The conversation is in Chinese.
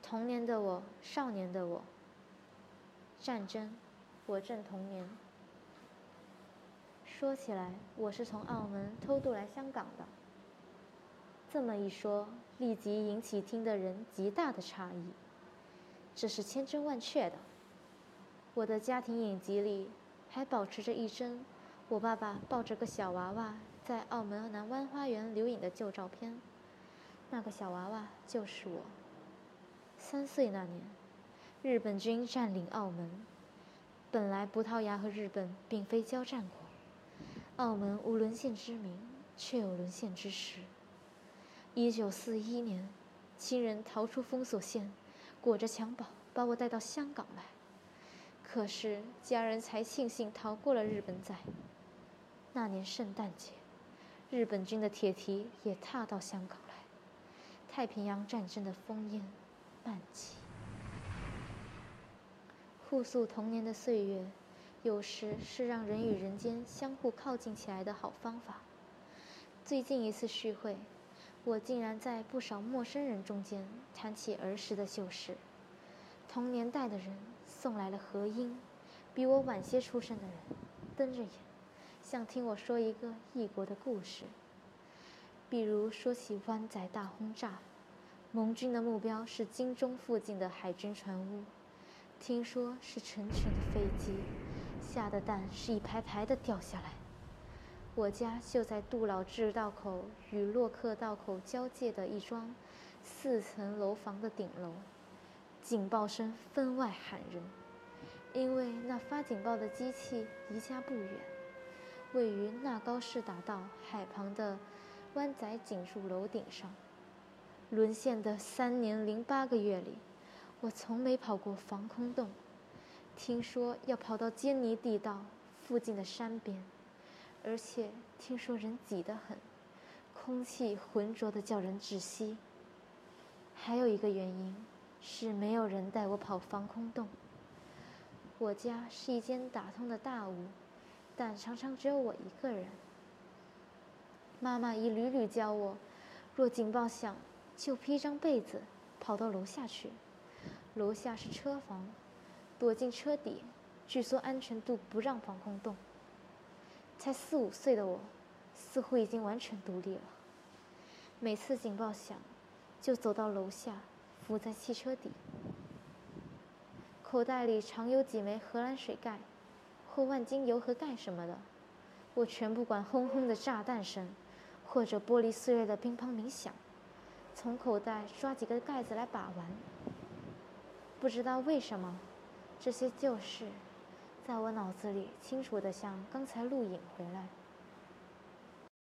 童年的我，少年的我。战争，我正童年。说起来，我是从澳门偷渡来香港的。这么一说，立即引起听的人极大的诧异。这是千真万确的。我的家庭影集里还保持着一帧我爸爸抱着个小娃娃在澳门南湾花园留影的旧照片。那个小娃娃就是我。3岁那年，日本军占领澳门。本来葡萄牙和日本并非交战国，澳门无沦陷之名，却有沦陷之时。1941年，亲人逃出封锁线，裹着襁褓把我带到香港来。可是家人才庆幸逃过了日本仔。那年圣诞节，日本军的铁蹄也踏到香港来，太平洋战争的烽烟漫起。互诉童年的岁月，有时是让人与人间相互靠近起来的好方法。最近一次聚会，我竟然在不少陌生人中间谈起儿时的旧事。同年代的人送来了合音，比我晚些出生的人瞪着眼，想听我说一个异国的故事。比如说起湾仔大轰炸，盟军的目标是金钟附近的海军船坞。听说是成群的飞机，下的弹是一排排的掉下来。我家就在杜老志道口与洛克道口交界的一幢4层楼房的顶楼，警报声分外骇人。因为那发警报的机器离家不远，位于纳高士大道海旁的湾仔警署楼顶上。沦陷的3年零8个月里，我从没跑过防空洞，听说要跑到坚尼地道附近的山边，而且听说人挤得很，空气浑浊的叫人窒息。还有一个原因是没有人带我跑防空洞。我家是一间打通的大屋，但常常只有我一个人。妈妈一屡屡教我，若警报响，就披张被子跑到楼下去。楼下是车房，躲进车底，据说安全度不让防空洞。才4、5岁的我，似乎已经完全独立了。每次警报响，就走到楼下，伏在汽车底，口袋里常有几枚荷兰水盖，或万金油和钙什么的。我全不管轰轰的炸弹声，或者玻璃碎裂的乒乓鸣响，从口袋抓几个盖子来把玩。不知道为什么，这些旧事在我脑子里清楚得像刚才录影回来。